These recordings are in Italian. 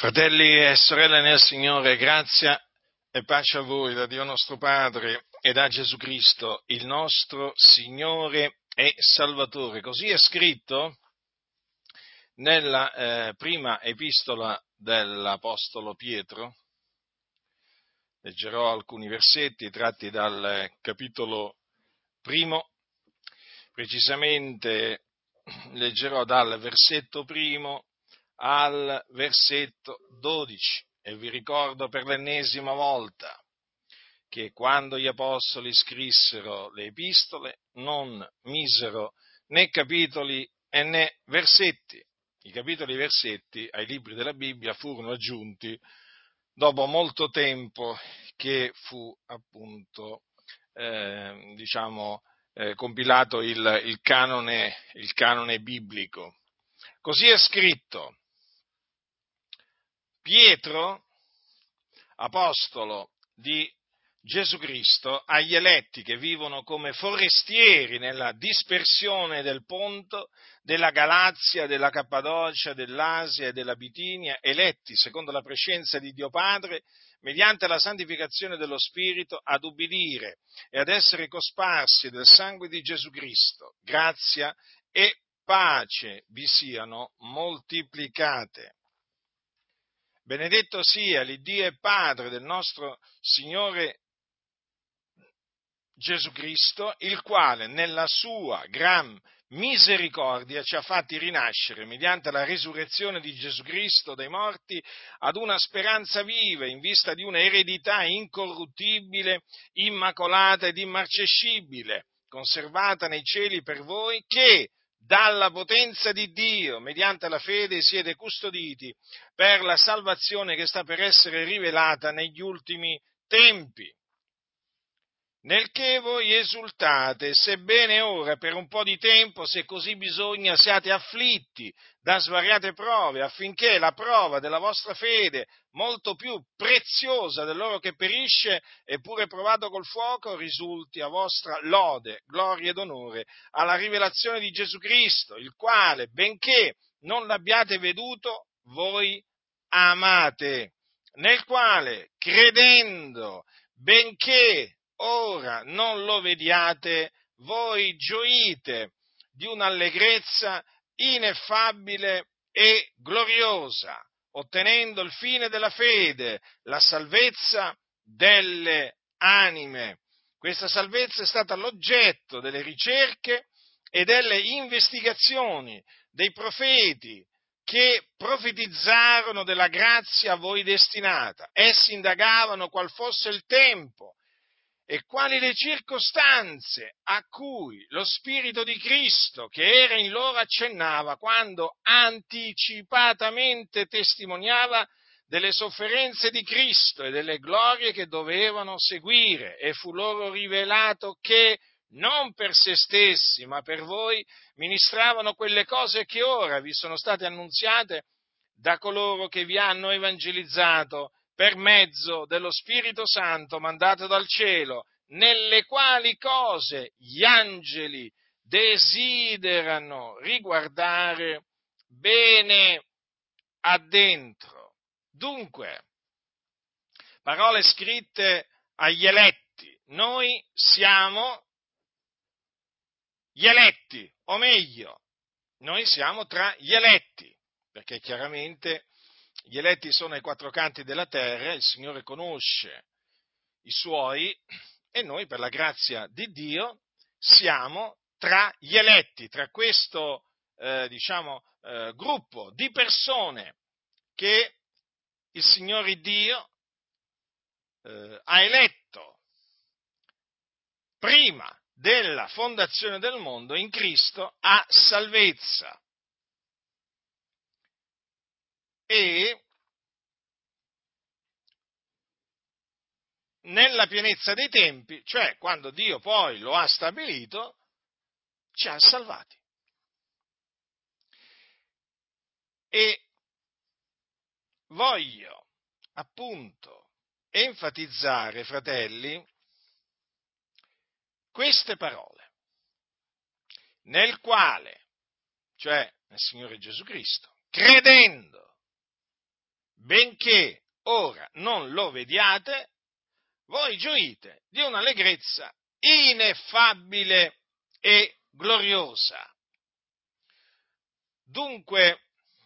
Fratelli e sorelle nel Signore, grazia e pace a voi da Dio nostro Padre e da Gesù Cristo, il nostro Signore e Salvatore. Così è scritto nella prima epistola dell'Apostolo Pietro. Leggerò alcuni versetti tratti dal capitolo primo, precisamente leggerò dal versetto primo al versetto 12 e vi ricordo per l'ennesima volta che quando gli apostoli scrissero le epistole non misero né capitoli né versetti. I capitoli e i versetti ai libri della Bibbia furono aggiunti dopo molto tempo che fu appunto compilato il canone biblico. Così è scritto: Pietro, apostolo di Gesù Cristo, agli eletti che vivono come forestieri nella dispersione del Ponto, della Galazia, della Cappadocia, dell'Asia e della Bitinia, eletti secondo la prescienza di Dio Padre, mediante la santificazione dello Spirito, ad ubbidire e ad essere cosparsi del sangue di Gesù Cristo. Grazia e pace vi siano moltiplicate. Benedetto sia l'Iddio e Padre del nostro Signore Gesù Cristo, il quale nella sua gran misericordia ci ha fatti rinascere mediante la risurrezione di Gesù Cristo dai morti ad una speranza viva in vista di una eredità incorruttibile, immacolata ed immarcescibile, conservata nei cieli per voi, che dalla potenza di Dio, mediante la fede, siete custoditi per la salvazione che sta per essere rivelata negli ultimi tempi. Nel che voi esultate, sebbene ora per un po' di tempo, se così bisogna, siate afflitti da svariate prove, affinché la prova della vostra fede, molto più preziosa dell'oro che perisce, eppure provato col fuoco, risulti a vostra lode, gloria ed onore alla rivelazione di Gesù Cristo, il quale, benché non l'abbiate veduto, voi amate, nel quale, credendo, benché ora non lo vediate, voi gioite di un'allegrezza ineffabile e gloriosa, ottenendo il fine della fede, la salvezza delle anime. Questa salvezza è stata l'oggetto delle ricerche e delle investigazioni dei profeti che profetizzarono della grazia a voi destinata. Essi indagavano qual fosse il tempo e quali le circostanze a cui lo Spirito di Cristo che era in loro accennava quando anticipatamente testimoniava delle sofferenze di Cristo e delle glorie che dovevano seguire, e fu loro rivelato che non per se stessi, ma per voi ministravano quelle cose che ora vi sono state annunziate da coloro che vi hanno evangelizzato per mezzo dello Spirito Santo mandato dal cielo, nelle quali cose gli angeli desiderano riguardare bene addentro. Dunque, parole scritte agli eletti, noi siamo gli eletti, o meglio, noi siamo tra gli eletti, perché chiaramente gli eletti sono ai quattro canti della terra, il Signore conosce i suoi e noi per la grazia di Dio siamo tra gli eletti, tra questo gruppo di persone che il Signore Dio ha eletto prima della fondazione del mondo in Cristo a salvezza. E nella pienezza dei tempi, cioè quando Dio poi lo ha stabilito, ci ha salvati. E voglio appunto enfatizzare, fratelli, queste parole, nel quale, cioè nel Signore Gesù Cristo, credendo, benché ora non lo vediate, voi gioite di un'allegrezza ineffabile e gloriosa. Dunque,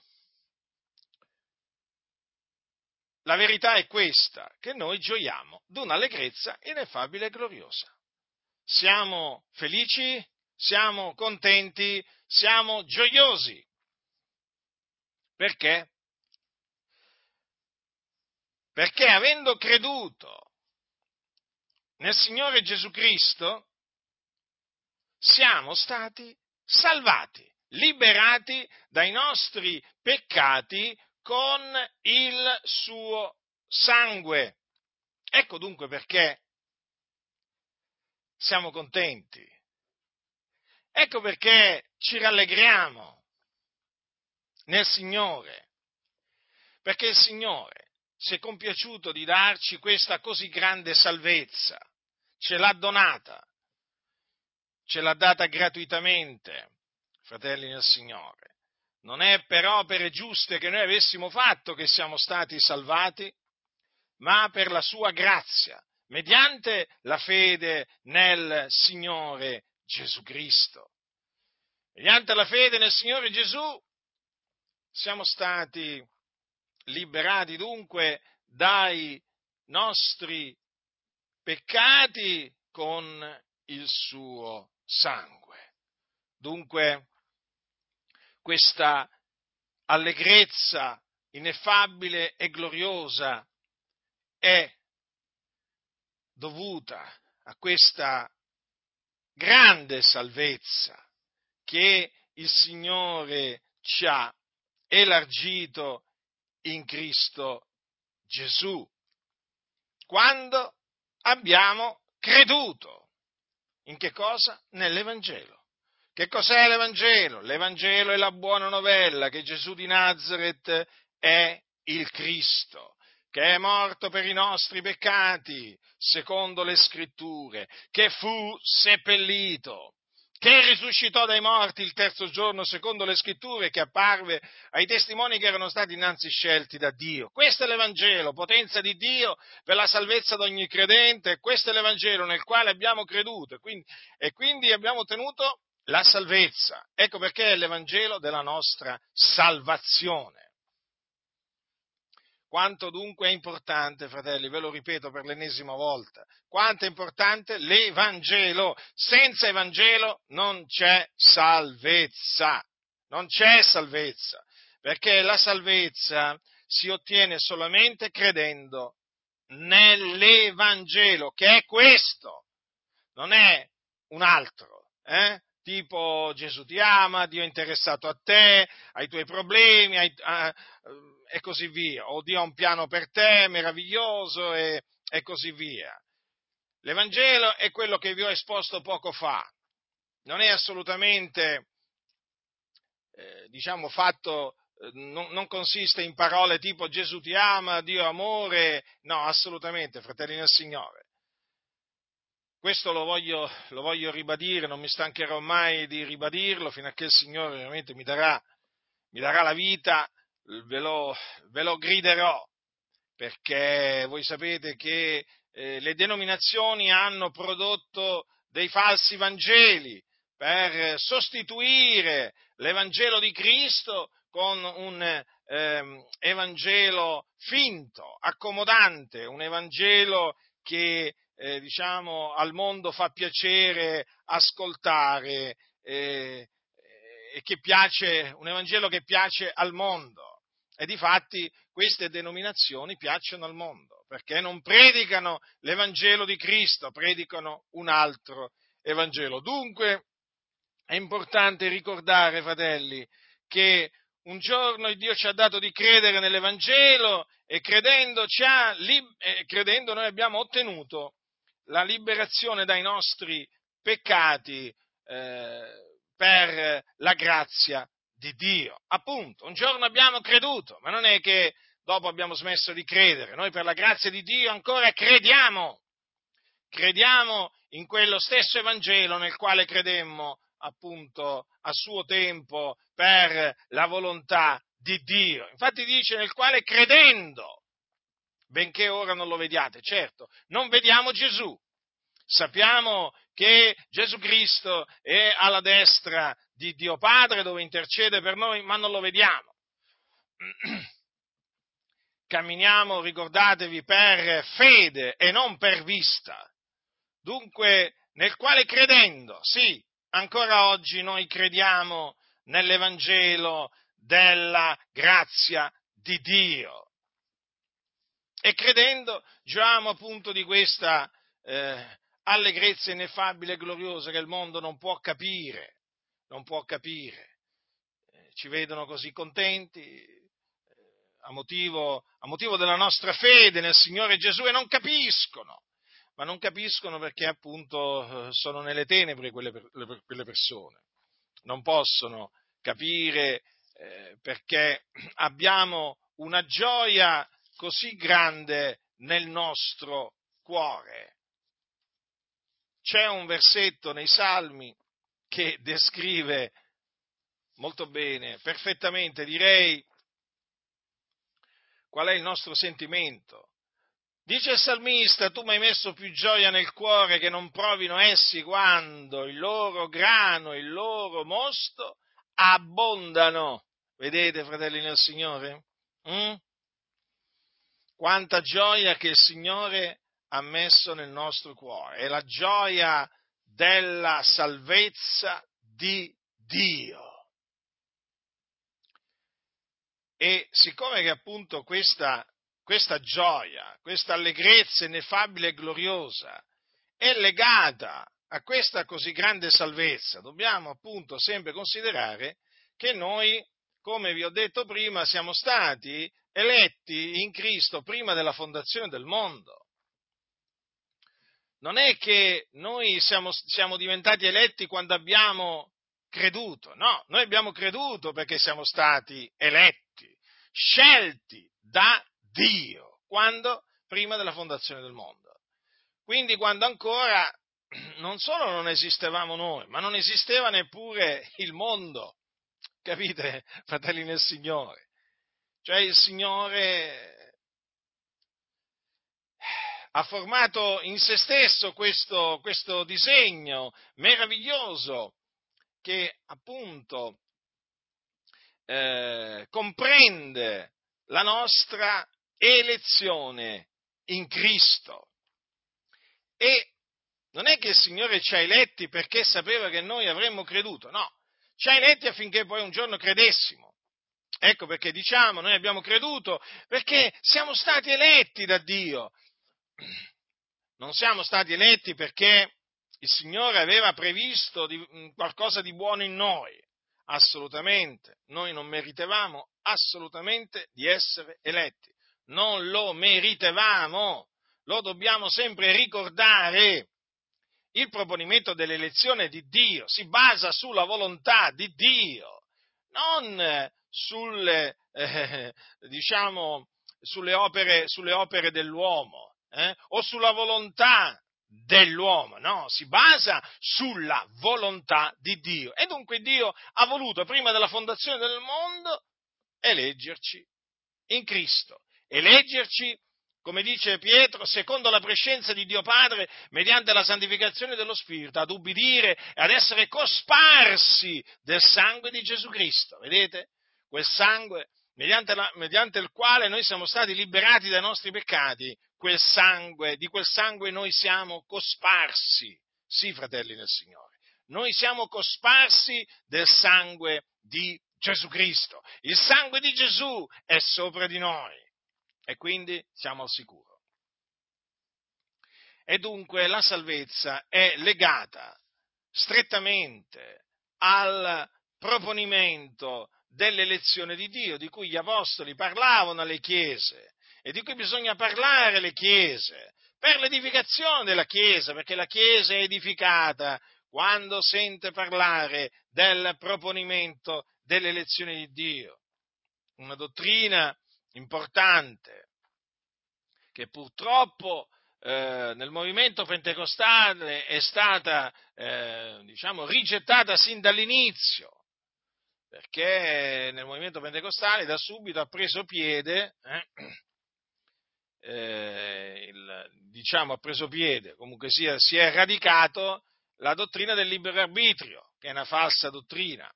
la verità è questa, che noi gioiamo d'un'allegrezza ineffabile e gloriosa. Siamo felici, siamo contenti, siamo gioiosi. Perché? Perché avendo creduto nel Signore Gesù Cristo, siamo stati salvati, liberati dai nostri peccati con il suo sangue. Ecco dunque perché siamo contenti. Ecco perché ci rallegriamo nel Signore. Perché il Signore si è compiaciuto di darci questa così grande salvezza, ce l'ha donata, ce l'ha data gratuitamente, fratelli nel Signore. Non è per opere giuste che noi avessimo fatto che siamo stati salvati, ma per la sua grazia, mediante la fede nel Signore Gesù Cristo. Mediante la fede nel Signore Gesù siamo stati liberati dunque dai nostri peccati con il suo sangue. Dunque, questa allegrezza ineffabile e gloriosa è dovuta a questa grande salvezza che il Signore ci ha elargito in Cristo Gesù, quando abbiamo creduto. In che cosa? Nell'Evangelo. Che cos'è l'Evangelo? L'Evangelo è la buona novella che Gesù di Nazaret è il Cristo, che è morto per i nostri peccati, secondo le Scritture, che fu seppellito, che risuscitò dai morti il terzo giorno, secondo le Scritture, che apparve ai testimoni che erano stati innanzi scelti da Dio. Questo è l'Evangelo, potenza di Dio per la salvezza di ogni credente, e questo è l'Evangelo nel quale abbiamo creduto, e quindi abbiamo ottenuto la salvezza. Ecco perché è l'Evangelo della nostra salvazione. Quanto dunque è importante, fratelli, ve lo ripeto per l'ennesima volta, quanto è importante l'Evangelo. Senza Evangelo non c'è salvezza, perché la salvezza si ottiene solamente credendo nell'Evangelo, che è questo, non è un altro, tipo Gesù ti ama, Dio è interessato a te, ai tuoi problemi, e così via, o Dio ha un piano per te meraviglioso e così via. L'Evangelo è quello che vi ho esposto poco fa, non è assolutamente, fatto, non consiste in parole tipo Gesù ti ama, Dio è amore, no, assolutamente, fratelli nel Signore. Questo lo voglio ribadire, non mi stancherò mai di ribadirlo fino a che il Signore veramente mi darà la vita, ve lo griderò, perché voi sapete che le denominazioni hanno prodotto dei falsi Vangeli per sostituire l'Evangelo di Cristo con un Evangelo finto, accomodante, un Evangelo che al mondo fa piacere ascoltare e che piace, un Evangelo che piace al mondo. E difatti queste denominazioni piacciono al mondo, perché non predicano l'Evangelo di Cristo, predicano un altro Evangelo. Dunque è importante ricordare, fratelli, che un giorno Dio ci ha dato di credere nell'Evangelo e credendo noi abbiamo ottenuto la liberazione dai nostri peccati per la grazia di Dio. Appunto, un giorno abbiamo creduto, ma non è che dopo abbiamo smesso di credere. Noi per la grazia di Dio ancora crediamo in quello stesso Evangelo nel quale credemmo appunto a suo tempo per la volontà di Dio. Infatti dice nel quale credendo, benché ora non lo vediate, certo, non vediamo Gesù. Sappiamo che Gesù Cristo è alla destra di Dio Padre dove intercede per noi, ma non lo vediamo. Camminiamo, ricordatevi, per fede e non per vista. Dunque, nel quale credendo, sì, ancora oggi noi crediamo nell'Evangelo della grazia di Dio. E credendo, gioiamo appunto di questa allegrezza ineffabile e gloriosa che il mondo non può capire, non può capire. Ci vedono così contenti a motivo della nostra fede nel Signore Gesù e non capiscono, ma non capiscono perché appunto sono nelle tenebre quelle persone, non possono capire perché abbiamo una gioia così grande nel nostro cuore. C'è un versetto nei Salmi che descrive molto bene, perfettamente direi, qual è il nostro sentimento. Dice il salmista: tu mi hai messo più gioia nel cuore che non provino essi quando il loro grano, il loro mosto abbondano. Vedete, fratelli nel Signore? Quanta gioia che il Signore ha messo nel nostro cuore. È la gioia della salvezza di Dio. E siccome che appunto questa gioia, questa allegrezza ineffabile e gloriosa è legata a questa così grande salvezza, dobbiamo appunto sempre considerare che noi, come vi ho detto prima, siamo stati eletti in Cristo prima della fondazione del mondo. Non è che noi siamo diventati eletti quando abbiamo creduto, no, noi abbiamo creduto perché siamo stati eletti, scelti da Dio, quando? Prima della fondazione del mondo. Quindi quando ancora non solo non esistevamo noi, ma non esisteva neppure il mondo, capite, fratelli nel Signore? Cioè il Signore ha formato in se stesso questo disegno meraviglioso che appunto comprende la nostra elezione in Cristo. E non è che il Signore ci ha eletti perché sapeva che noi avremmo creduto, no, ci ha eletti affinché poi un giorno credessimo. Ecco perché diciamo, noi abbiamo creduto perché siamo stati eletti da Dio. Non siamo stati eletti perché il Signore aveva previsto qualcosa di buono in noi. Assolutamente. Noi non meritavamo assolutamente di essere eletti. Non lo meritavamo. Lo dobbiamo sempre ricordare. Il proponimento dell'elezione di Dio si basa sulla volontà di Dio, non sulle opere dell'uomo, o sulla volontà dell'uomo, no, si basa sulla volontà di Dio. E dunque Dio ha voluto, prima della fondazione del mondo, eleggerci in Cristo, eleggerci, come dice Pietro, secondo la prescienza di Dio Padre, mediante la santificazione dello Spirito, ad ubbidire e ad essere cosparsi del sangue di Gesù Cristo. Vedete? Quel sangue, mediante il quale noi siamo stati liberati dai nostri peccati, di quel sangue noi siamo cosparsi. Sì, fratelli nel Signore, noi siamo cosparsi del sangue di Gesù Cristo. Il sangue di Gesù è sopra di noi e quindi siamo al sicuro. E dunque la salvezza è legata strettamente al proponimento dell'elezione di Dio, di cui gli apostoli parlavano alle chiese e di cui bisogna parlare alle chiese per l'edificazione della chiesa, perché la chiesa è edificata quando sente parlare del proponimento dell'elezione di Dio. Una dottrina importante che purtroppo nel movimento pentecostale è stata rigettata sin dall'inizio, perché nel movimento pentecostale da subito ha preso piede, ha preso piede, comunque sia, si è radicato la dottrina del libero arbitrio, che è una falsa dottrina,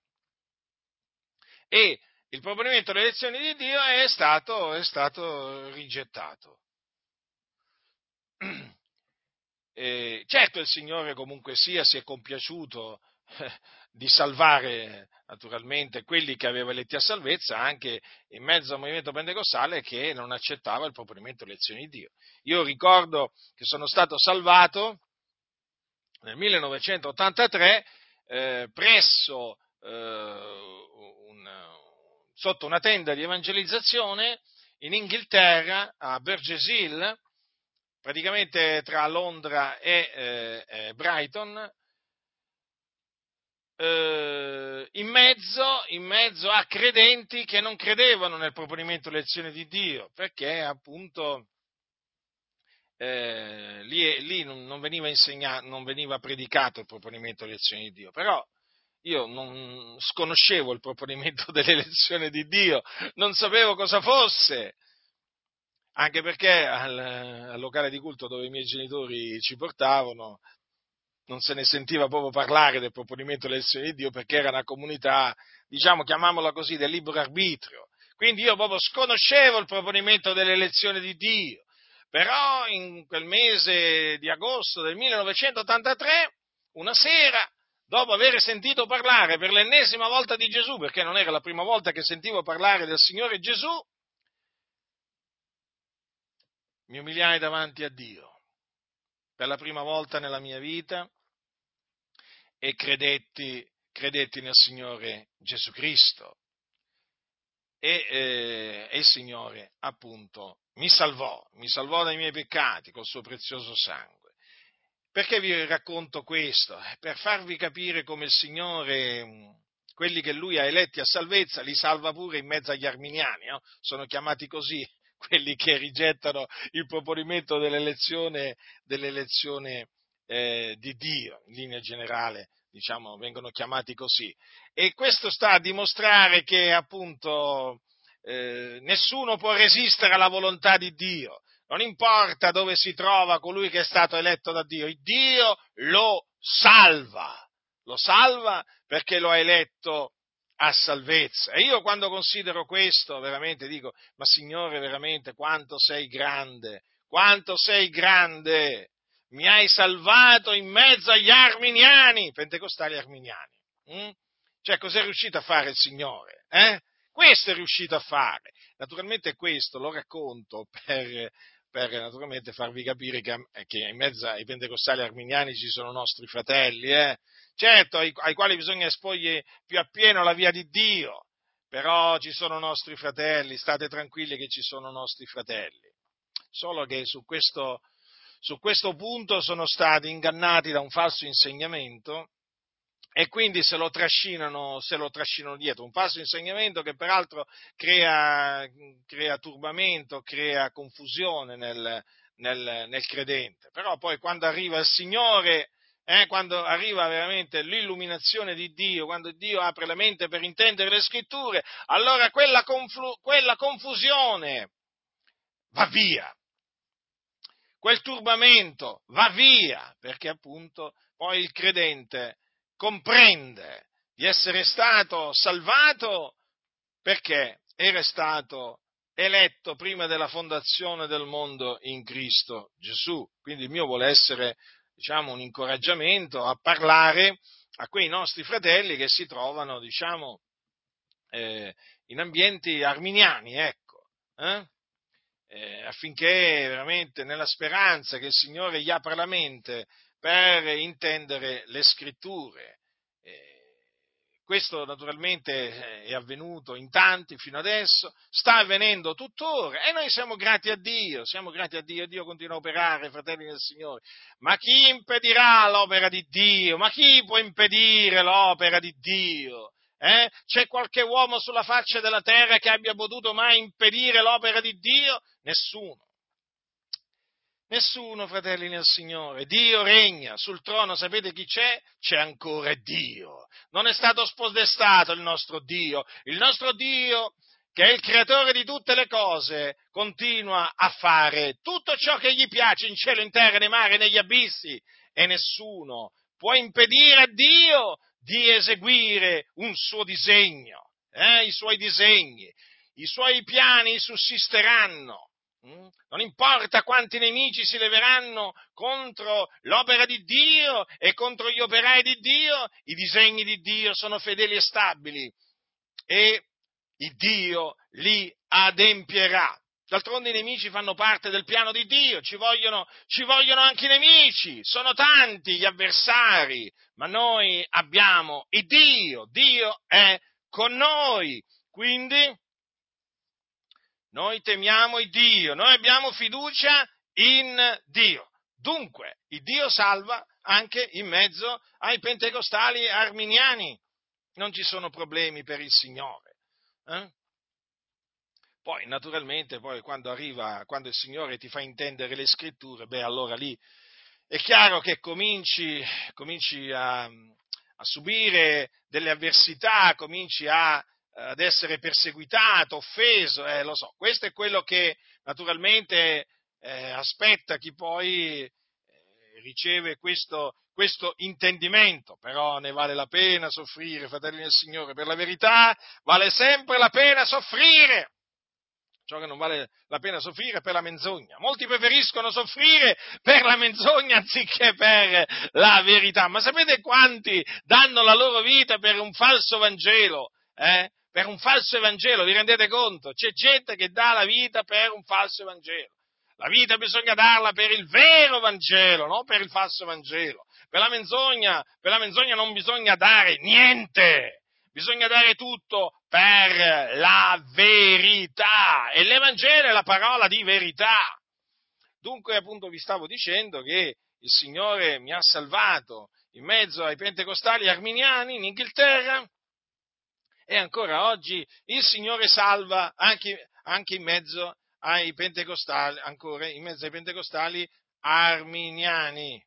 e il proponimento delle elezioni di Dio è stato rigettato. Certo il Signore comunque sia si è compiaciuto di salvare naturalmente quelli che aveva eletti a salvezza anche in mezzo al movimento pentecostale che non accettava il proponimento delle elezioni di Dio. Io ricordo che sono stato salvato nel 1983 presso sotto una tenda di evangelizzazione in Inghilterra, a Burgess Hill, praticamente tra Londra e Brighton, in mezzo a credenti che non credevano nel proponimento dell'elezione di Dio, perché appunto lì non veniva insegnato, non veniva predicato il proponimento dell'elezione di Dio, però io non sconoscevo il proponimento dell'elezione di Dio, non sapevo cosa fosse, anche perché al locale di culto dove i miei genitori ci portavano non se ne sentiva proprio parlare del proponimento dell'elezione di Dio, perché era una comunità, diciamo, chiamiamola così, del libero arbitrio. Quindi io proprio sconoscevo il proponimento dell'elezione di Dio. Però in quel mese di agosto del 1983, una sera, dopo aver sentito parlare per l'ennesima volta di Gesù, perché non era la prima volta che sentivo parlare del Signore Gesù, mi umiliai davanti a Dio per la prima volta nella mia vita e credetti nel Signore Gesù Cristo. E il Signore appunto mi salvò dai miei peccati col suo prezioso sangue. Perché vi racconto questo? Per farvi capire come il Signore, quelli che Lui ha eletti a salvezza, li salva pure in mezzo agli arminiani, no? Sono chiamati così quelli che rigettano il proponimento dell'elezione di Dio, in linea generale, diciamo, vengono chiamati così. E questo sta a dimostrare che appunto nessuno può resistere alla volontà di Dio. Non importa dove si trova colui che è stato eletto da Dio, il Dio lo salva perché lo ha eletto a salvezza. E io quando considero questo veramente dico, ma Signore veramente quanto sei grande, mi hai salvato in mezzo agli arminiani, pentecostali arminiani. Cioè, cos'è riuscito a fare il Signore? Questo è riuscito a fare. Naturalmente questo lo racconto per naturalmente farvi capire che in mezzo ai pentecostali arminiani ci sono nostri fratelli, certo, ai quali bisogna esporgli più appieno la via di Dio, però ci sono nostri fratelli, state tranquilli che ci sono nostri fratelli. Solo che su questo punto sono stati ingannati da un falso insegnamento e quindi se lo trascinano dietro, un falso insegnamento che peraltro crea turbamento, crea confusione nel credente. Però poi quando arriva il Signore, quando arriva veramente l'illuminazione di Dio, quando Dio apre la mente per intendere le Scritture, allora quella confusione va via. Quel turbamento va via, perché appunto poi il credente comprende di essere stato salvato perché era stato eletto prima della fondazione del mondo in Cristo Gesù. Quindi il mio vuole essere, diciamo, un incoraggiamento a parlare a quei nostri fratelli che si trovano, diciamo, in ambienti arminiani, ecco, affinché veramente nella speranza che il Signore gli apra la mente per intendere le Scritture. Questo naturalmente è avvenuto in tanti fino adesso, sta avvenendo tuttora e noi siamo grati a Dio, Dio continua a operare, fratelli del Signore. Ma chi impedirà l'opera di Dio? Ma chi può impedire l'opera di Dio? C'è qualche uomo sulla faccia della terra che abbia potuto mai impedire l'opera di Dio? Nessuno. Nessuno, fratelli nel Signore. Dio regna sul trono, sapete chi c'è? C'è ancora Dio. Non è stato spodestato il nostro Dio. Il nostro Dio, che è il creatore di tutte le cose, continua a fare tutto ciò che gli piace in cielo, in terra, nei mari, negli abissi, e nessuno può impedire a Dio di eseguire un suo disegno, i suoi disegni, i suoi piani sussisteranno. Non importa quanti nemici si leveranno contro l'opera di Dio e contro gli operai di Dio, i disegni di Dio sono fedeli e stabili e il Dio li adempierà. D'altronde i nemici fanno parte del piano di Dio, ci vogliono anche i nemici, sono tanti gli avversari, ma noi abbiamo il Dio è con noi, quindi noi temiamo il Dio, noi abbiamo fiducia in Dio. Dunque, il Dio salva anche in mezzo ai pentecostali arminiani. Non ci sono problemi per il Signore. Poi, naturalmente, quando il Signore ti fa intendere le Scritture, allora lì è chiaro che cominci a subire delle avversità, cominci ad essere perseguitato, offeso, lo so. Questo è quello che naturalmente aspetta chi poi riceve questo intendimento, però ne vale la pena soffrire, fratelli del Signore, per la verità vale sempre la pena soffrire. Ciò che non vale la pena soffrire è per la menzogna. Molti preferiscono soffrire per la menzogna anziché per la verità. Ma sapete quanti danno la loro vita per un falso Vangelo? Per un falso Evangelo, vi rendete conto? C'è gente che dà la vita per un falso Evangelo. La vita bisogna darla per il vero Vangelo, non per il falso Vangelo. Per la menzogna non bisogna dare niente. Bisogna dare tutto per la verità, e l'Evangelo è la parola di verità. Dunque, appunto, vi stavo dicendo che il Signore mi ha salvato in mezzo ai pentecostali arminiani in Inghilterra, e ancora oggi il Signore salva anche in mezzo ai pentecostali, arminiani.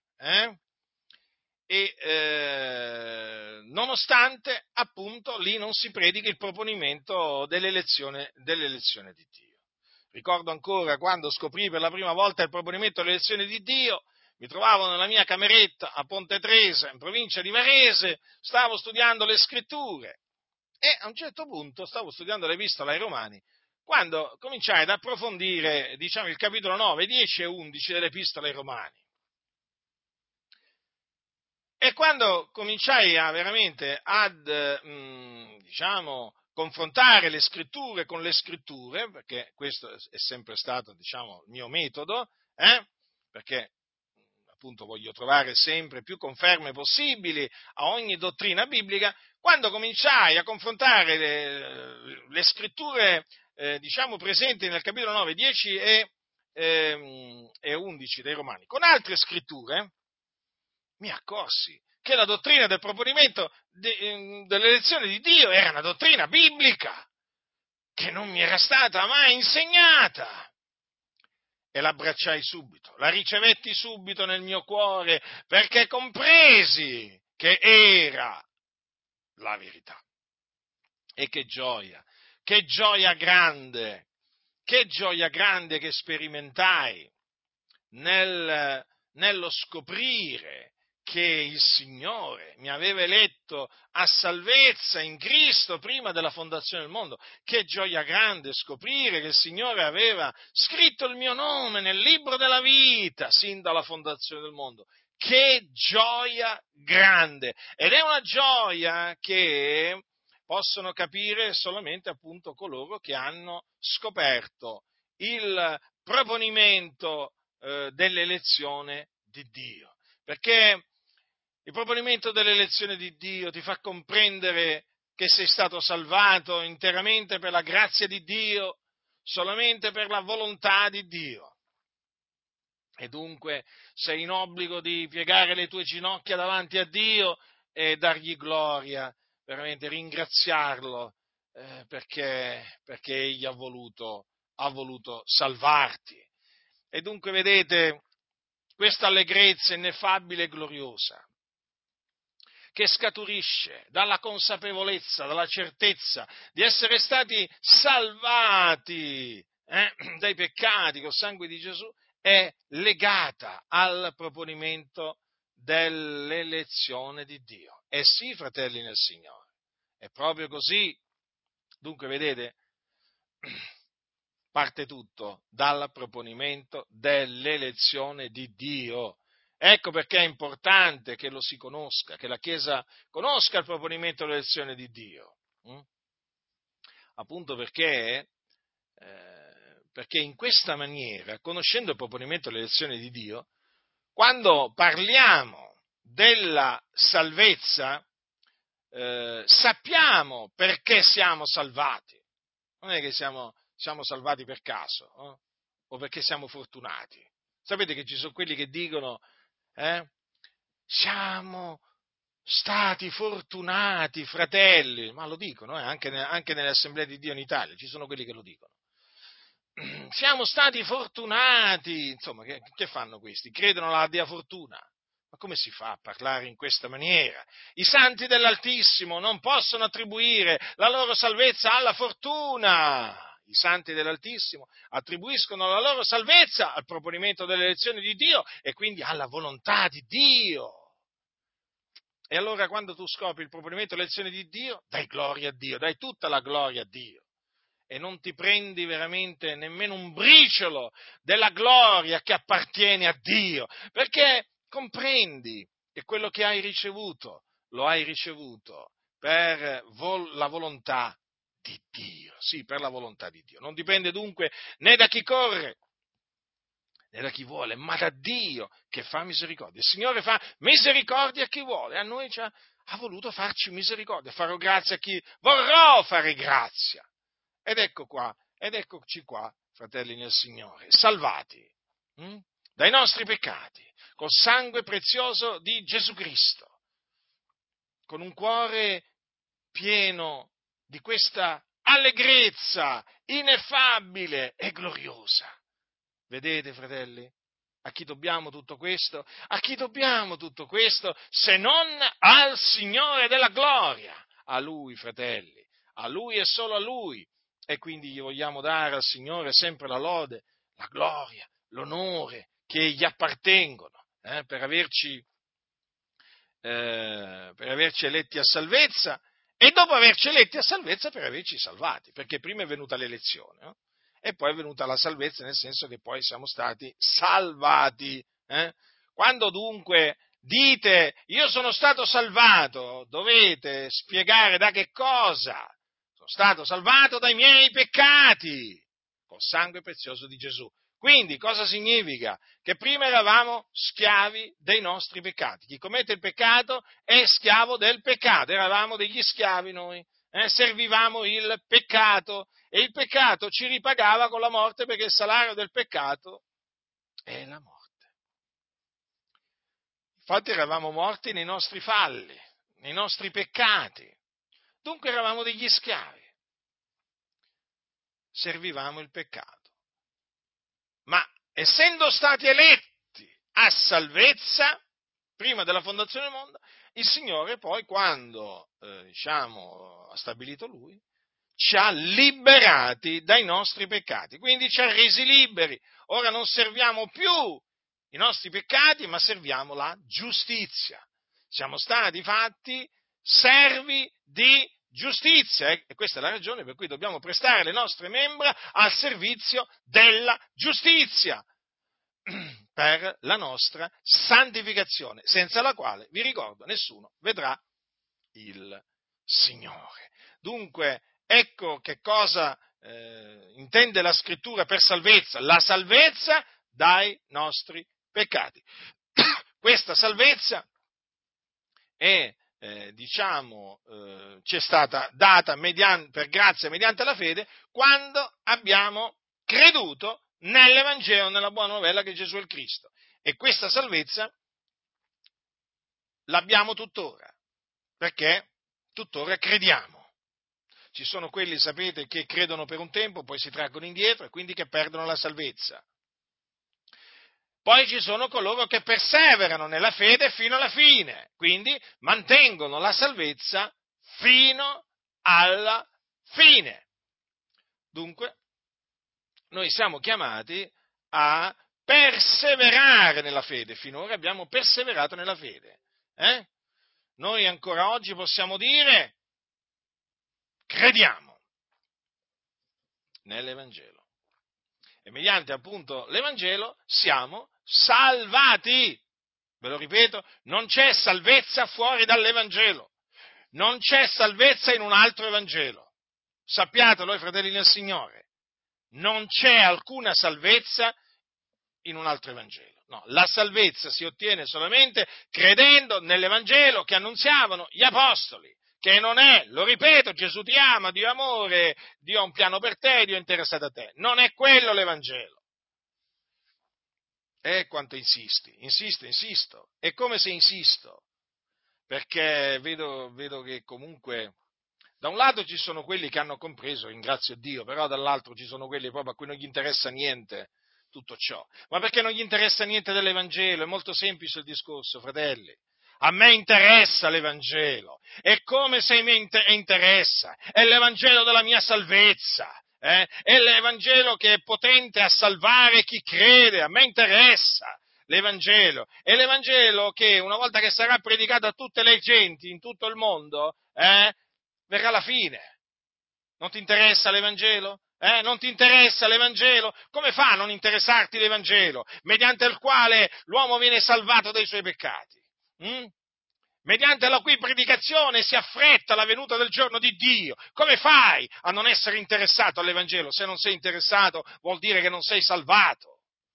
Nonostante appunto lì non si predichi il proponimento dell'elezione di Dio. Ricordo ancora quando scoprì per la prima volta il proponimento dell'elezione di Dio, mi trovavo nella mia cameretta a Ponte Tresa, in provincia di Varese, stavo studiando le Scritture e a un certo punto stavo studiando l'Epistola ai Romani, quando cominciai ad approfondire, il capitolo 9, 10 e 11 dell'Epistola ai Romani. E quando cominciai veramente ad, confrontare le Scritture con le Scritture, perché questo è sempre stato, il mio metodo, perché appunto voglio trovare sempre più conferme possibili a ogni dottrina biblica, quando cominciai a confrontare le Scritture, presenti nel capitolo 9, 10 e 11 dei Romani, con altre Scritture, mi accorsi che la dottrina del proponimento dell'elezione di Dio era una dottrina biblica, che non mi era stata mai insegnata. E l'abbracciai subito, la ricevetti subito nel mio cuore, perché compresi che era la verità. E che gioia grande che sperimentai nello scoprire che il Signore mi aveva eletto a salvezza in Cristo prima della fondazione del mondo. Che gioia grande scoprire che il Signore aveva scritto il mio nome nel libro della vita sin dalla fondazione del mondo. Che gioia grande! Ed è una gioia che possono capire solamente appunto coloro che hanno scoperto il proponimento dell'elezione di Dio, perché il proponimento dell'elezione di Dio ti fa comprendere che sei stato salvato interamente per la grazia di Dio, solamente per la volontà di Dio. E dunque sei in obbligo di piegare le tue ginocchia davanti a Dio e dargli gloria, veramente ringraziarlo perché Egli ha voluto salvarti. E dunque vedete, questa allegrezza ineffabile e gloriosa, che scaturisce dalla consapevolezza, dalla certezza di essere stati salvati dai peccati col sangue di Gesù, è legata al proponimento dell'elezione di Dio. E sì, fratelli nel Signore, è proprio così. Dunque, vedete, parte tutto dal proponimento dell'elezione di Dio. Ecco perché è importante che lo si conosca, che la Chiesa conosca il proponimento dell'elezione di Dio. Appunto perché in questa maniera, conoscendo il proponimento dell'elezione di Dio, quando parliamo della salvezza, sappiamo perché siamo salvati. Non è che siamo salvati per caso, o perché siamo fortunati. Sapete che ci sono quelli che dicono, siamo stati fortunati, fratelli, ma lo dicono, anche nelle assemblee di Dio in Italia, ci sono quelli che lo dicono. Siamo stati fortunati, insomma, che fanno questi? Credono alla Dea Fortuna. Ma come si fa a parlare in questa maniera? I santi dell'Altissimo non possono attribuire la loro salvezza alla fortuna. I santi dell'Altissimo attribuiscono la loro salvezza al proponimento delle elezioni di Dio e quindi alla volontà di Dio. E allora quando tu scopri il proponimento delle elezioni di Dio, dai gloria a Dio, dai tutta la gloria a Dio. E non ti prendi veramente nemmeno un briciolo della gloria che appartiene a Dio, perché comprendi che quello che hai ricevuto, lo hai ricevuto per la volontà di Dio, sì, per la volontà di Dio. Non dipende dunque né da chi corre, né da chi vuole, ma da Dio che fa misericordia. Il Signore fa misericordia a chi vuole, a noi ha voluto farci misericordia, farò grazia a chi vorrò fare grazia. Ed eccoci qua, fratelli nel Signore, salvati dai nostri peccati, col sangue prezioso di Gesù Cristo, con un cuore pieno di questa allegrezza ineffabile e gloriosa. Vedete, fratelli? A chi dobbiamo tutto questo? A chi dobbiamo tutto questo se non al Signore della gloria? A Lui, fratelli, a Lui e solo a Lui. E quindi gli vogliamo dare al Signore sempre la lode, la gloria, l'onore che gli appartengono per averci eletti a salvezza e dopo averci eletti a salvezza per averci salvati, perché prima è venuta l'elezione e poi è venuta la salvezza, nel senso che poi siamo stati salvati. Quando dunque dite io sono stato salvato, dovete spiegare da che cosa. Sono stato salvato dai miei peccati, col sangue prezioso di Gesù. Quindi cosa significa? Che prima eravamo schiavi dei nostri peccati. Chi commette il peccato è schiavo del peccato. Eravamo degli schiavi noi. Servivamo il peccato e il peccato ci ripagava con la morte perché il salario del peccato è la morte. Infatti eravamo morti nei nostri falli, nei nostri peccati. Dunque eravamo degli schiavi. Servivamo il peccato. Ma essendo stati eletti a salvezza, prima della fondazione del mondo, il Signore poi, quando ha stabilito Lui, ci ha liberati dai nostri peccati, quindi ci ha resi liberi. Ora non serviamo più i nostri peccati, ma serviamo la giustizia. Siamo stati fatti servi di giustizia, e questa è la ragione per cui dobbiamo prestare le nostre membra al servizio della giustizia per la nostra santificazione, senza la quale, vi ricordo, nessuno vedrà il Signore. Dunque, ecco che cosa intende la Scrittura per salvezza: la salvezza dai nostri peccati. Questa salvezza è ci è stata data per grazia mediante la fede quando abbiamo creduto nell'Evangelo, nella buona novella che Gesù è il Cristo. E questa salvezza l'abbiamo tuttora, perché tuttora crediamo. Ci sono quelli, sapete, che credono per un tempo, poi si traggono indietro e quindi che perdono la salvezza. Poi ci sono coloro che perseverano nella fede fino alla fine, quindi mantengono la salvezza fino alla fine. Dunque, noi siamo chiamati a perseverare nella fede. Finora abbiamo perseverato nella fede. Noi ancora oggi possiamo dire: crediamo nell'Evangelo. E mediante appunto l'Evangelo siamo salvati. Ve lo ripeto, non c'è salvezza fuori dall'Evangelo. Non c'è salvezza in un altro Evangelo. Sappiatelo, fratelli nel Signore. Non c'è alcuna salvezza in un altro Evangelo. No, la salvezza si ottiene solamente credendo nell'Evangelo che annunziavano gli Apostoli, che non è, lo ripeto, Gesù ti ama, Dio è amore, Dio ha un piano per te, Dio è interessato a te. Non è quello l'Evangelo. Quanto insisto. È come se insisto, perché vedo che comunque da un lato ci sono quelli che hanno compreso, ringrazio Dio, però dall'altro ci sono quelli proprio a cui non gli interessa niente tutto ciò. Ma perché non gli interessa niente dell'Evangelo? È molto semplice il discorso, fratelli. A me interessa l'Evangelo, è come se mi interessa, è l'Evangelo della mia salvezza, è l'Evangelo che è potente a salvare chi crede, a me interessa l'Evangelo, è l'Evangelo che una volta che sarà predicato a tutte le genti in tutto il mondo, verrà la fine. Non ti interessa l'Evangelo? Non ti interessa l'Evangelo? Come fa a non interessarti l'Evangelo, mediante il quale l'uomo viene salvato dai suoi peccati? Mediante la cui predicazione si affretta la venuta del giorno di Dio. Come fai a non essere interessato all'Evangelo? Se non sei interessato, vuol dire che non sei salvato.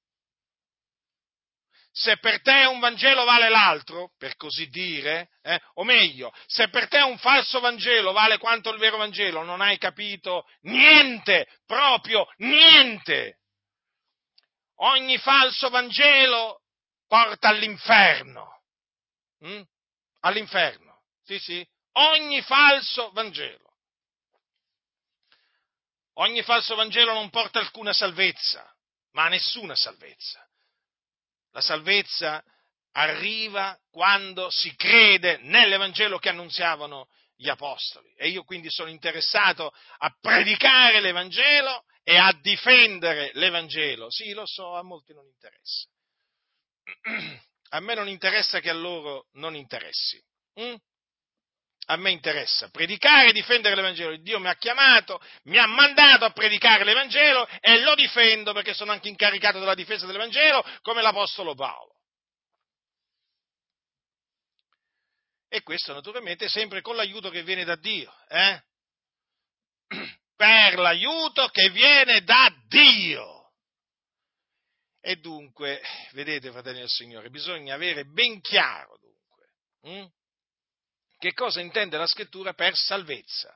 Se per te un Vangelo vale l'altro, per così dire, o meglio, se per te un falso Vangelo vale quanto il vero Vangelo, non hai capito niente, proprio niente. Ogni falso Vangelo porta all'inferno. All'inferno, sì, ogni falso Vangelo. Ogni falso Vangelo non porta alcuna salvezza, ma nessuna salvezza. La salvezza arriva quando si crede nell'Evangelo che annunziavano gli Apostoli. E io quindi sono interessato a predicare l'Evangelo e a difendere l'Evangelo. Sì, lo so, a molti non interessa. A me non interessa che a loro non interessi. A me interessa predicare e difendere l'Evangelo. Dio mi ha chiamato, mi ha mandato a predicare l'Evangelo e lo difendo perché sono anche incaricato della difesa dell'Evangelo come l'Apostolo Paolo. E questo naturalmente sempre con l'aiuto che viene da Dio. Per l'aiuto che viene da Dio. E dunque, vedete, fratelli del Signore, bisogna avere ben chiaro, dunque, che cosa intende la Scrittura per salvezza.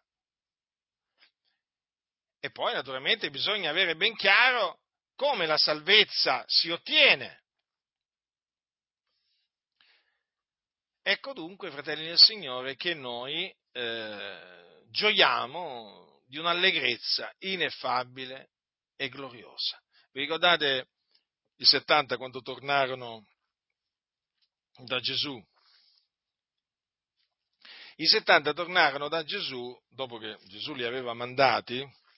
E poi, naturalmente, bisogna avere ben chiaro come la salvezza si ottiene. Ecco dunque, fratelli del Signore, che noi gioiamo di un'allegrezza ineffabile e gloriosa. Vi ricordate i 70 quando tornarono da Gesù? I 70 tornarono da Gesù, dopo che Gesù li aveva mandati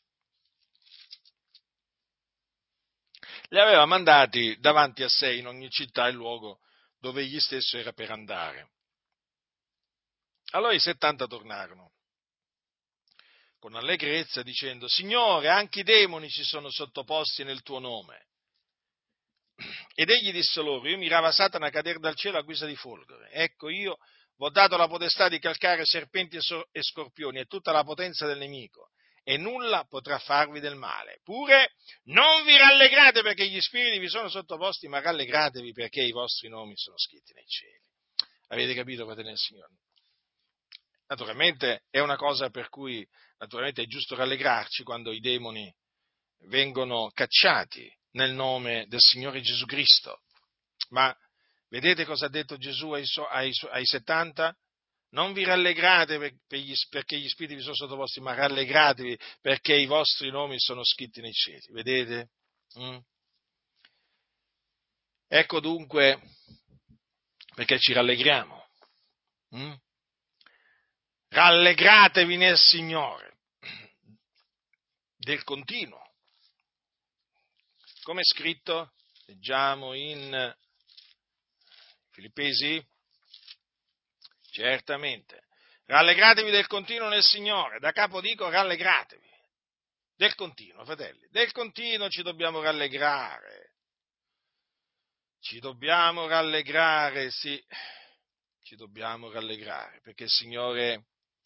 davanti a sé in ogni città e luogo dove egli stesso era per andare. Allora i 70 tornarono con allegrezza dicendo: Signore, anche i demoni si sono sottoposti nel tuo nome. Ed egli disse loro: io mirava Satana a cadere dal cielo a guisa di folgore. Ecco, io vi ho dato la potestà di calcare serpenti e scorpioni e tutta la potenza del nemico, e nulla potrà farvi del male. Pure non vi rallegrate perché gli spiriti vi sono sottoposti, ma rallegratevi perché i vostri nomi sono scritti nei cieli. Avete capito, fratelli del Signore? Naturalmente è una cosa per cui naturalmente è giusto rallegrarci quando i demoni vengono cacciati nel nome del Signore Gesù Cristo. Ma vedete cosa ha detto Gesù ai 70? Non vi rallegrate perché gli spiriti vi sono sottoposti, ma rallegratevi perché i vostri nomi sono scritti nei cieli. Vedete? Ecco dunque perché ci rallegriamo. Mm? Rallegratevi nel Signore, del continuo. Come è scritto? Leggiamo in Filippesi? Certamente. Rallegratevi del continuo nel Signore. Da capo dico rallegratevi. Del continuo, fratelli. Del continuo ci dobbiamo rallegrare. Ci dobbiamo rallegrare, sì. Ci dobbiamo rallegrare, perché il Signore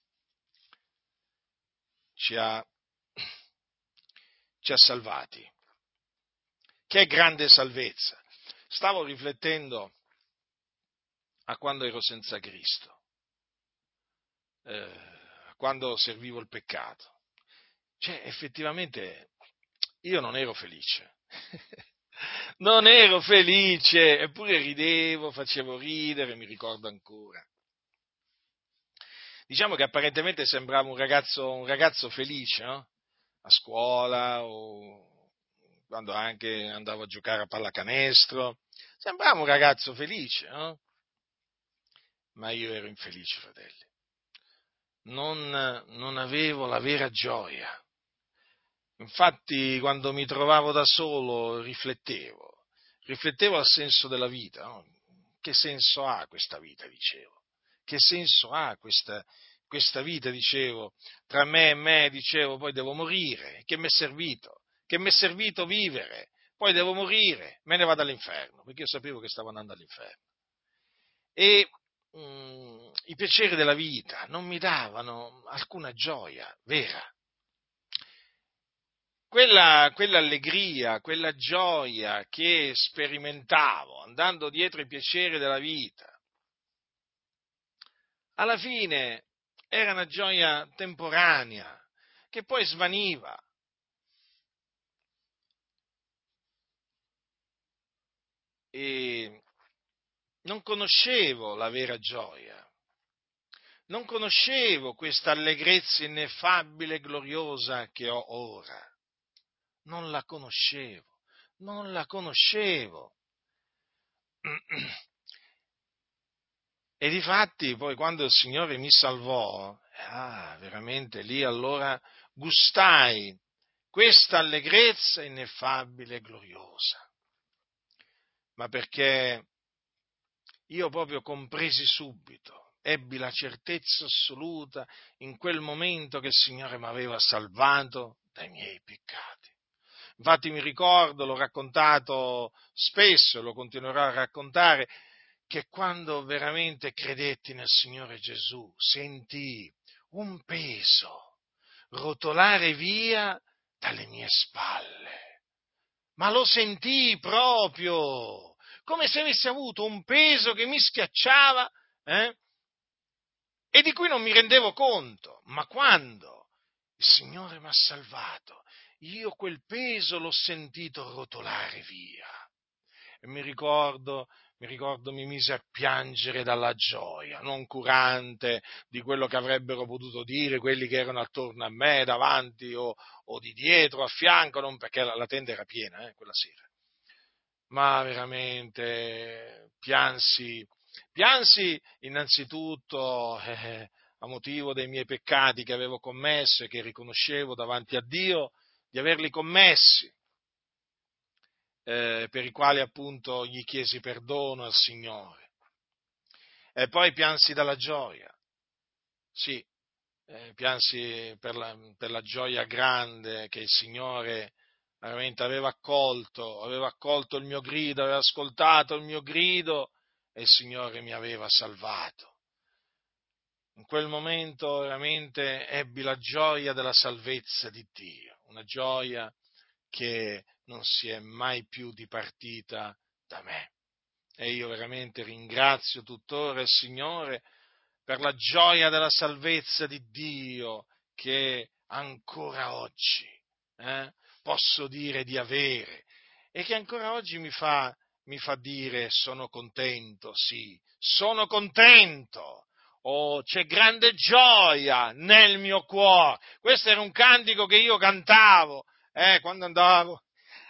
ci ha salvati. Che grande salvezza! Stavo riflettendo a quando ero senza Cristo, a quando servivo il peccato. Cioè, effettivamente, io non ero felice. Non ero felice, eppure ridevo, facevo ridere, mi ricordo ancora. Diciamo che apparentemente sembrava un ragazzo felice, no? A scuola o quando anche andavo a giocare a pallacanestro. Sembrava un ragazzo felice, no? Ma io ero infelice, fratelli. Non avevo la vera gioia. Infatti, quando mi trovavo da solo, riflettevo al senso della vita, no? Che senso ha questa vita, dicevo? Che senso ha questa vita, dicevo? Tra me e me, dicevo, poi devo morire. Che mi è servito? Che mi è servito vivere? Poi devo morire, me ne vado all'inferno, perché io sapevo che stavo andando all'inferno. E i piaceri della vita non mi davano alcuna gioia vera. Quell'allegria, quella gioia che sperimentavo andando dietro i piaceri della vita, alla fine era una gioia temporanea che poi svaniva. E non conoscevo la vera gioia, non conoscevo questa allegrezza ineffabile e gloriosa che ho ora. Non la conoscevo, non la conoscevo. E difatti poi quando il Signore mi salvò, veramente lì allora gustai questa allegrezza ineffabile e gloriosa. Ma perché io proprio compresi subito, ebbi la certezza assoluta in quel momento che il Signore mi aveva salvato dai miei peccati. Infatti mi ricordo, l'ho raccontato spesso e lo continuerò a raccontare, che quando veramente credetti nel Signore Gesù sentii un peso rotolare via dalle mie spalle. Ma lo sentii proprio, come se avessi avuto un peso che mi schiacciava, e di cui non mi rendevo conto. Ma quando il Signore mi ha salvato, io quel peso l'ho sentito rotolare via. E mi mise a piangere dalla gioia, non curante di quello che avrebbero potuto dire quelli che erano attorno a me, davanti o di dietro, a fianco, non perché la tenda era piena, quella sera. Ma veramente piansi innanzitutto a motivo dei miei peccati che avevo commesso e che riconoscevo davanti a Dio di averli commessi, per i quali appunto gli chiesi perdono al Signore. E poi piansi dalla gioia, sì, piansi per la gioia grande che il Signore veramente aveva accolto il mio grido, aveva ascoltato il mio grido e il Signore mi aveva salvato. In quel momento veramente ebbi la gioia della salvezza di Dio, una gioia che non si è mai più dipartita da me. E io veramente ringrazio tuttora il Signore per la gioia della salvezza di Dio che ancora oggi posso dire di avere e che ancora oggi mi fa dire sono contento, sì, sono contento. Oh, c'è grande gioia nel mio cuore. Questo era un cantico che io cantavo quando andavo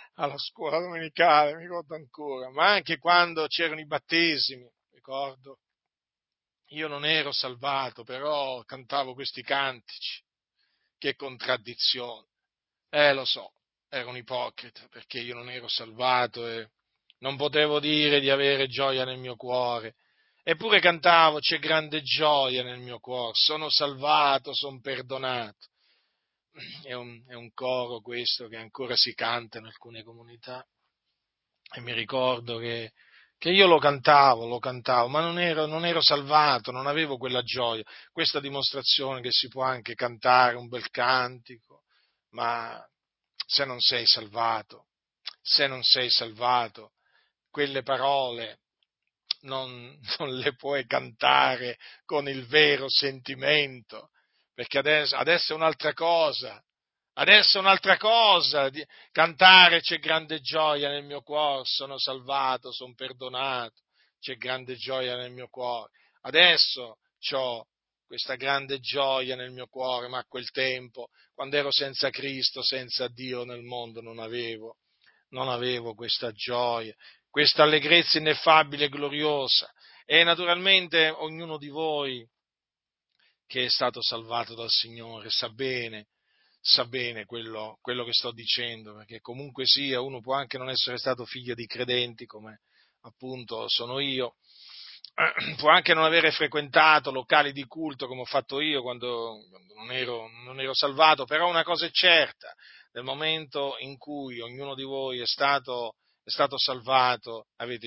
alla scuola domenicale, mi ricordo ancora, ma anche quando c'erano i battesimi, ricordo. Io non ero salvato, però cantavo questi cantici. Che contraddizione. Lo so, ero un ipocrita perché io non ero salvato e non potevo dire di avere gioia nel mio cuore. Eppure cantavo, c'è grande gioia nel mio cuore, sono salvato, sono perdonato. È un coro questo che ancora si canta in alcune comunità e mi ricordo che io lo cantavo, ma non ero salvato, non avevo quella gioia, questa dimostrazione che si può anche cantare un bel cantico, ma se non sei salvato, se non sei salvato, quelle parole non le puoi cantare con il vero sentimento, perché adesso è un'altra cosa. Adesso è un'altra cosa, cantare c'è grande gioia nel mio cuore, sono salvato, sono perdonato, c'è grande gioia nel mio cuore. Adesso ho questa grande gioia nel mio cuore, ma a quel tempo, quando ero senza Cristo, senza Dio nel mondo, non avevo questa gioia, questa allegrezza ineffabile e gloriosa. E naturalmente ognuno di voi che è stato salvato dal Signore sa bene quello che sto dicendo, perché comunque sia, uno può anche non essere stato figlio di credenti, come appunto sono io, può anche non avere frequentato locali di culto come ho fatto io quando non ero salvato, però una cosa è certa, nel momento in cui ognuno di voi è stato salvato,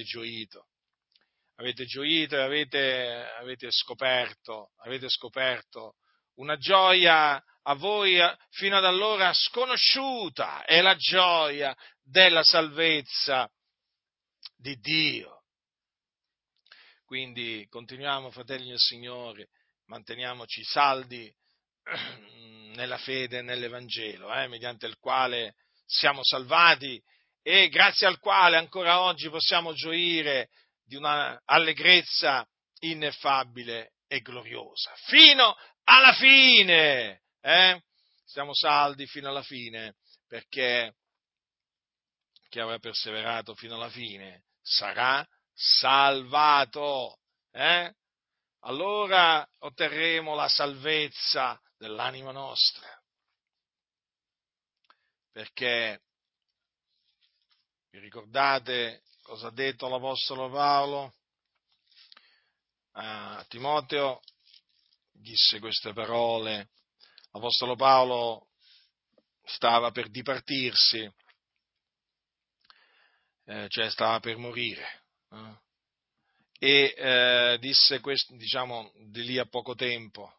avete gioito e avete scoperto una gioia a voi fino ad allora sconosciuta, è la gioia della salvezza di Dio. Quindi continuiamo, fratelli del Signore, manteniamoci saldi nella fede e nell'Evangelo, mediante il quale siamo salvati e grazie al quale ancora oggi possiamo gioire di una allegrezza ineffabile e gloriosa, fino alla fine, siamo saldi fino alla fine, perché chi avrà perseverato fino alla fine sarà salvato, allora otterremo la salvezza dell'anima nostra, perché vi ricordate cosa ha detto l'Apostolo Paolo a Timoteo? Disse queste parole. L'Apostolo Paolo stava per dipartirsi, cioè stava per morire, e disse questo, diciamo, di lì a poco tempo,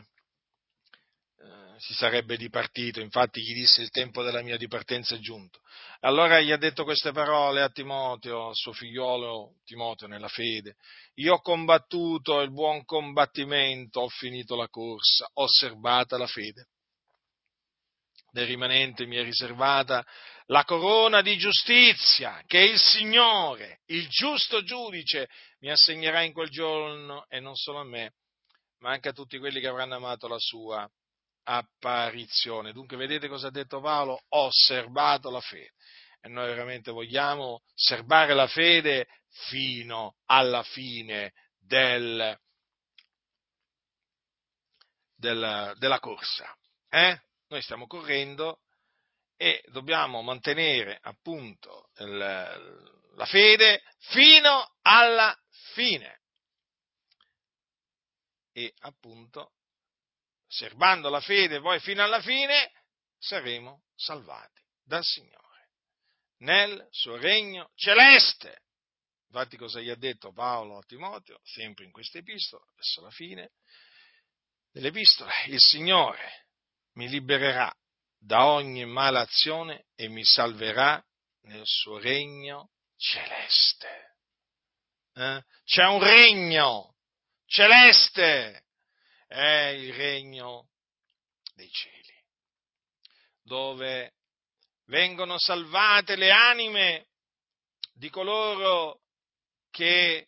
si sarebbe dipartito, infatti gli disse il tempo della mia dipartenza è giunto. Allora gli ha detto queste parole a Timoteo, al suo figliolo Timoteo nella fede: io ho combattuto il buon combattimento, ho finito la corsa, ho serbata la fede. Del rimanente mi è riservata la corona di giustizia che il Signore, il giusto giudice, mi assegnerà in quel giorno, e non solo a me, ma anche a tutti quelli che avranno amato la sua apparizione. Dunque vedete cosa ha detto Paolo? Ho serbato la fede. E noi veramente vogliamo serbare la fede fino alla fine della corsa. Noi stiamo correndo e dobbiamo mantenere appunto la fede fino alla fine. E appunto, serbando la fede poi fino alla fine, saremo salvati dal Signore nel suo regno celeste. Infatti cosa gli ha detto Paolo a Timoteo, sempre in questa epistola, verso la fine dell'epistola? Il Signore mi libererà da ogni mala azione e mi salverà nel suo regno celeste. C'è un regno celeste, è il regno dei cieli, dove vengono salvate le anime di coloro che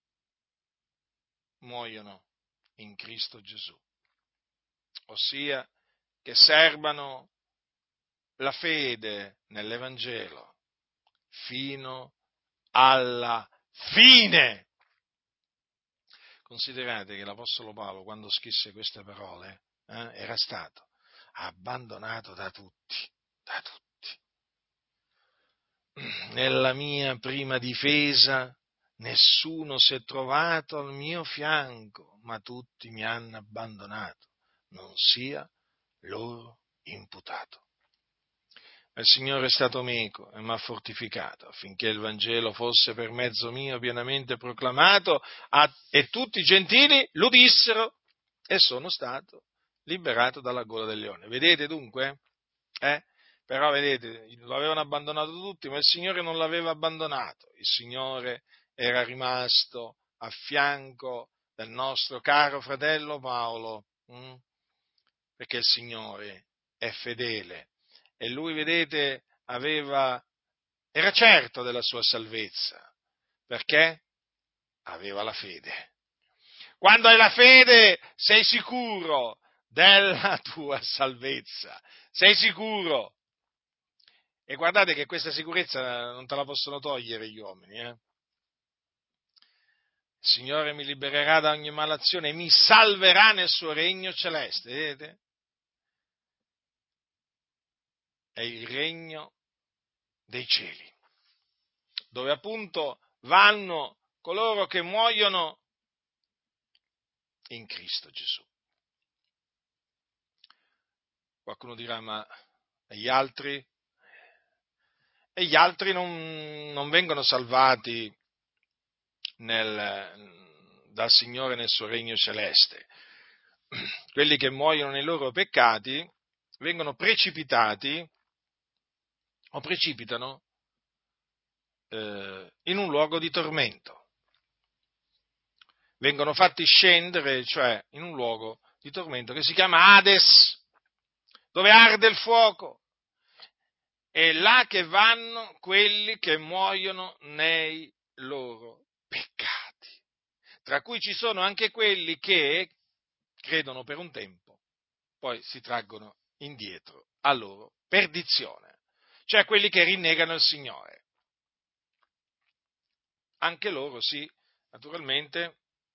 muoiono in Cristo Gesù, ossia che serbano la fede nell'Evangelo, fino alla fine. Considerate che l'Apostolo Paolo, quando scrisse queste parole, era stato abbandonato da tutti, da tutti. Nella mia prima difesa nessuno si è trovato al mio fianco, ma tutti mi hanno abbandonato, non sia loro imputato. Il Signore è stato meco e mi ha fortificato affinché il Vangelo fosse per mezzo mio pienamente proclamato e tutti i gentili l'udissero e sono stato liberato dalla gola del leone. Vedete dunque? Però vedete, lo avevano abbandonato tutti, ma il Signore non l'aveva abbandonato. Il Signore era rimasto a fianco del nostro caro fratello Paolo, perché il Signore è fedele. E lui, vedete, era certo della sua salvezza, perché aveva la fede. Quando hai la fede sei sicuro della tua salvezza, sei sicuro. E guardate che questa sicurezza non te la possono togliere gli uomini. Il Signore mi libererà da ogni malazione e mi salverà nel suo regno celeste, vedete? È il regno dei cieli, dove appunto vanno coloro che muoiono in Cristo Gesù. Qualcuno dirà, ma e gli altri? E gli altri non vengono salvati dal Signore nel suo regno celeste. Quelli che muoiono nei loro peccati vengono precipitati o precipitano in un luogo di tormento. Vengono fatti scendere, cioè in un luogo di tormento che si chiama Hades, dove arde il fuoco. È là che vanno quelli che muoiono nei loro peccati, tra cui ci sono anche quelli che credono per un tempo, poi si traggono indietro a loro perdizione, cioè quelli che rinnegano il Signore. Anche loro, sì, naturalmente,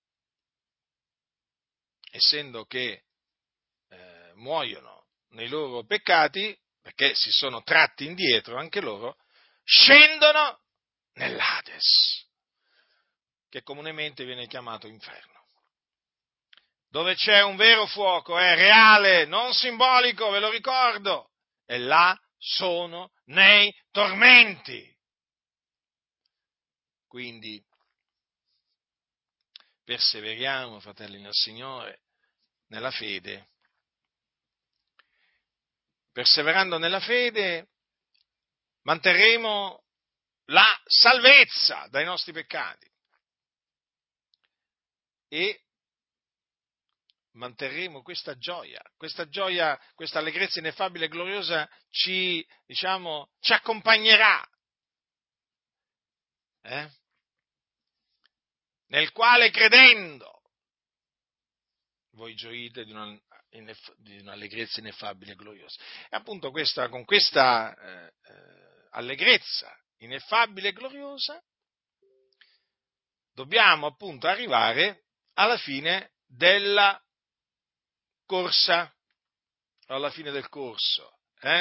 essendo che muoiono nei loro peccati, perché si sono tratti indietro, anche loro scendono nell'Hades, che comunemente viene chiamato inferno, dove c'è un vero fuoco, è reale, non simbolico, ve lo ricordo, e là sono nei tormenti. Quindi perseveriamo, fratelli nel Signore, nella fede. Perseverando nella fede manterremo la salvezza dai nostri peccati e manterremo questa gioia, questa allegrezza ineffabile e gloriosa ci accompagnerà, nel quale credendo voi gioite di un'allegrezza ineffabile e gloriosa. E appunto con questa allegrezza ineffabile e gloriosa dobbiamo appunto arrivare alla fine della corsa, alla fine del corso,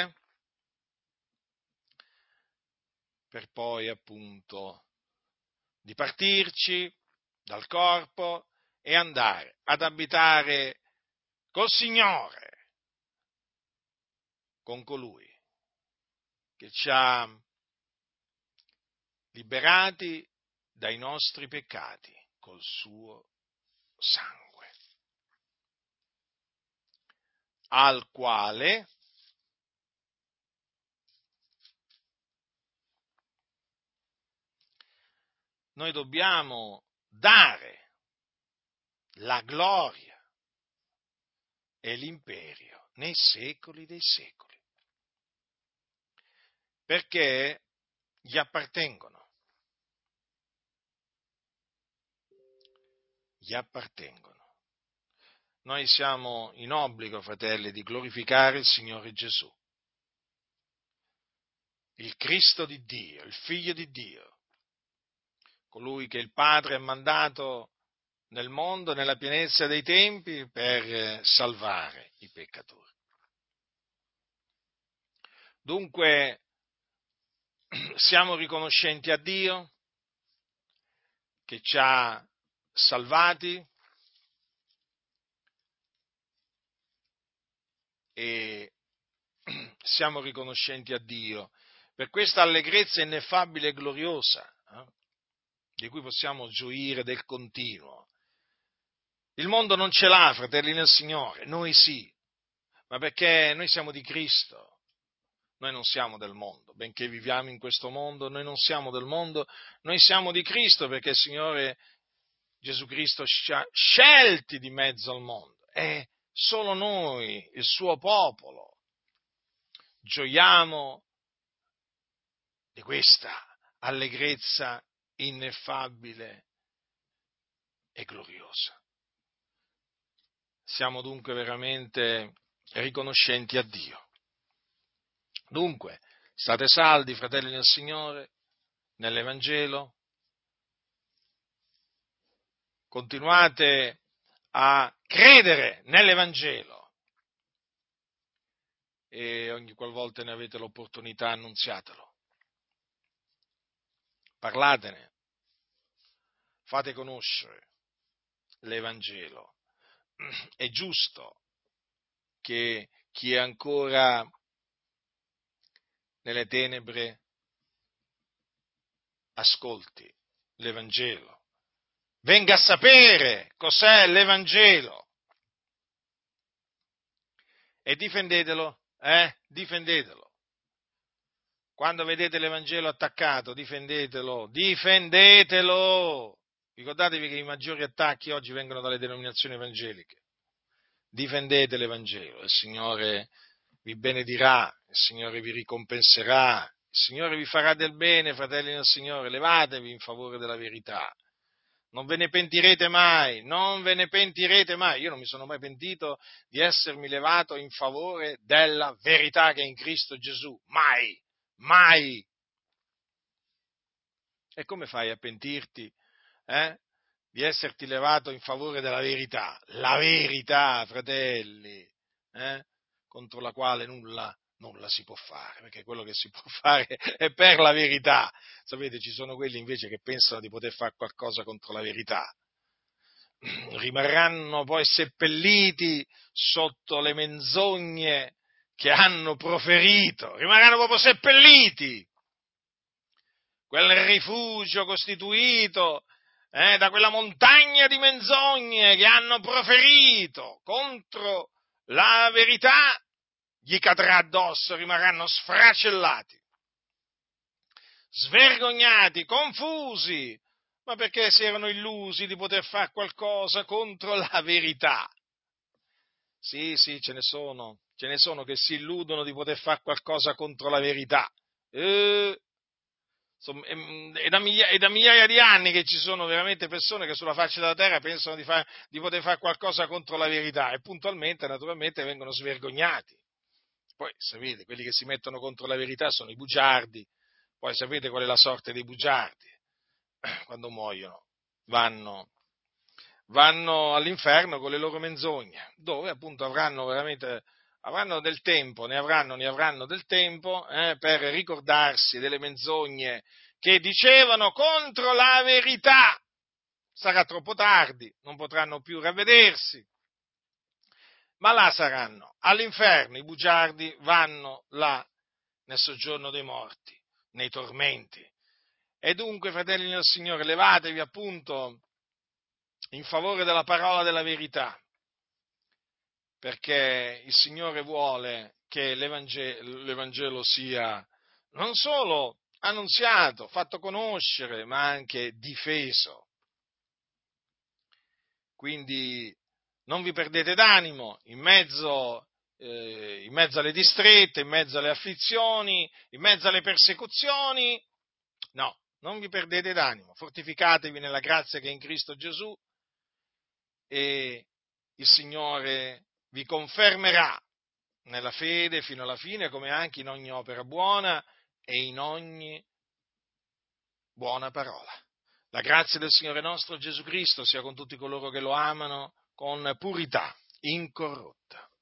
per poi appunto dipartirci dal corpo e andare ad abitare col Signore, con colui che ci ha liberati dai nostri peccati col suo sangue, al quale noi dobbiamo dare la gloria e l'imperio nei secoli dei secoli, perché gli appartengono. Noi siamo in obbligo, fratelli, di glorificare il Signore Gesù. il Cristo di Dio, il Figlio di Dio, colui che il Padre ha mandato nel mondo, nella pienezza dei tempi, per salvare i peccatori. Dunque, siamo riconoscenti a Dio che ci ha salvati e siamo riconoscenti a Dio per questa allegrezza ineffabile e gloriosa, di cui possiamo gioire del continuo. Il mondo non ce l'ha, fratelli nel Signore, noi sì, ma perché noi siamo di Cristo. Noi non siamo del mondo, benché viviamo in questo mondo, noi non siamo del mondo, noi siamo di Cristo perché il Signore Gesù Cristo ci ha scelti di mezzo al mondo e solo noi, il suo popolo, gioiamo di questa allegrezza ineffabile e gloriosa. Siamo dunque veramente riconoscenti a Dio. Dunque, state saldi, fratelli nel Signore, nell'Evangelo, continuate a credere nell'Evangelo e ogni qualvolta ne avete l'opportunità annunziatelo, parlatene, fate conoscere l'Evangelo. È giusto che chi è ancora nelle tenebre ascolti l'Evangelo, venga a sapere cos'è l'Evangelo e difendetelo, difendetelo. Quando vedete l'Evangelo attaccato, difendetelo. Ricordatevi che i maggiori attacchi oggi vengono dalle denominazioni evangeliche. Difendete l'Evangelo, il Signore vi benedirà, il Signore vi ricompenserà, il Signore vi farà del bene, fratelli del Signore, levatevi in favore della verità. Non ve ne pentirete mai, non ve ne pentirete mai. Io non mi sono mai pentito di essermi levato in favore della verità che è in Cristo Gesù. Mai, mai. E come fai a pentirti, di esserti levato in favore della verità? La verità, fratelli, contro la quale nulla si può fare, perché quello che si può fare è per la verità. Sapete, ci sono quelli invece che pensano di poter fare qualcosa contro la verità. Rimarranno poi seppelliti sotto le menzogne che hanno proferito, rimarranno proprio seppelliti. Quel rifugio costituito da quella montagna di menzogne che hanno proferito contro la verità, gli cadrà addosso, rimarranno sfracellati, svergognati, confusi, ma perché si erano illusi di poter fare qualcosa contro la verità. Sì, ce ne sono che si illudono di poter fare qualcosa contro la verità. È da migliaia di anni che ci sono veramente persone che sulla faccia della terra pensano di poter fare qualcosa contro la verità e puntualmente, naturalmente, vengono svergognati. Poi sapete, quelli che si mettono contro la verità sono i bugiardi, poi sapete qual è la sorte dei bugiardi? Quando muoiono vanno all'inferno con le loro menzogne, dove appunto avranno del tempo, ne avranno del tempo per ricordarsi delle menzogne che dicevano contro la verità. Sarà troppo tardi, non potranno più ravvedersi, ma là saranno, all'inferno. I bugiardi vanno là nel soggiorno dei morti, nei tormenti. E dunque, fratelli del Signore, levatevi appunto in favore della parola della verità, perché il Signore vuole che l'Evangelo sia non solo annunziato, fatto conoscere, ma anche difeso. Quindi non vi perdete d'animo in mezzo alle distrette, in mezzo alle afflizioni, in mezzo alle persecuzioni. No, non vi perdete d'animo, fortificatevi nella grazia che è in Cristo Gesù e il Signore vi confermerà nella fede fino alla fine, come anche in ogni opera buona, e in ogni buona parola. La grazia del Signore nostro Gesù Cristo sia con tutti coloro che lo amano con purità incorrotta.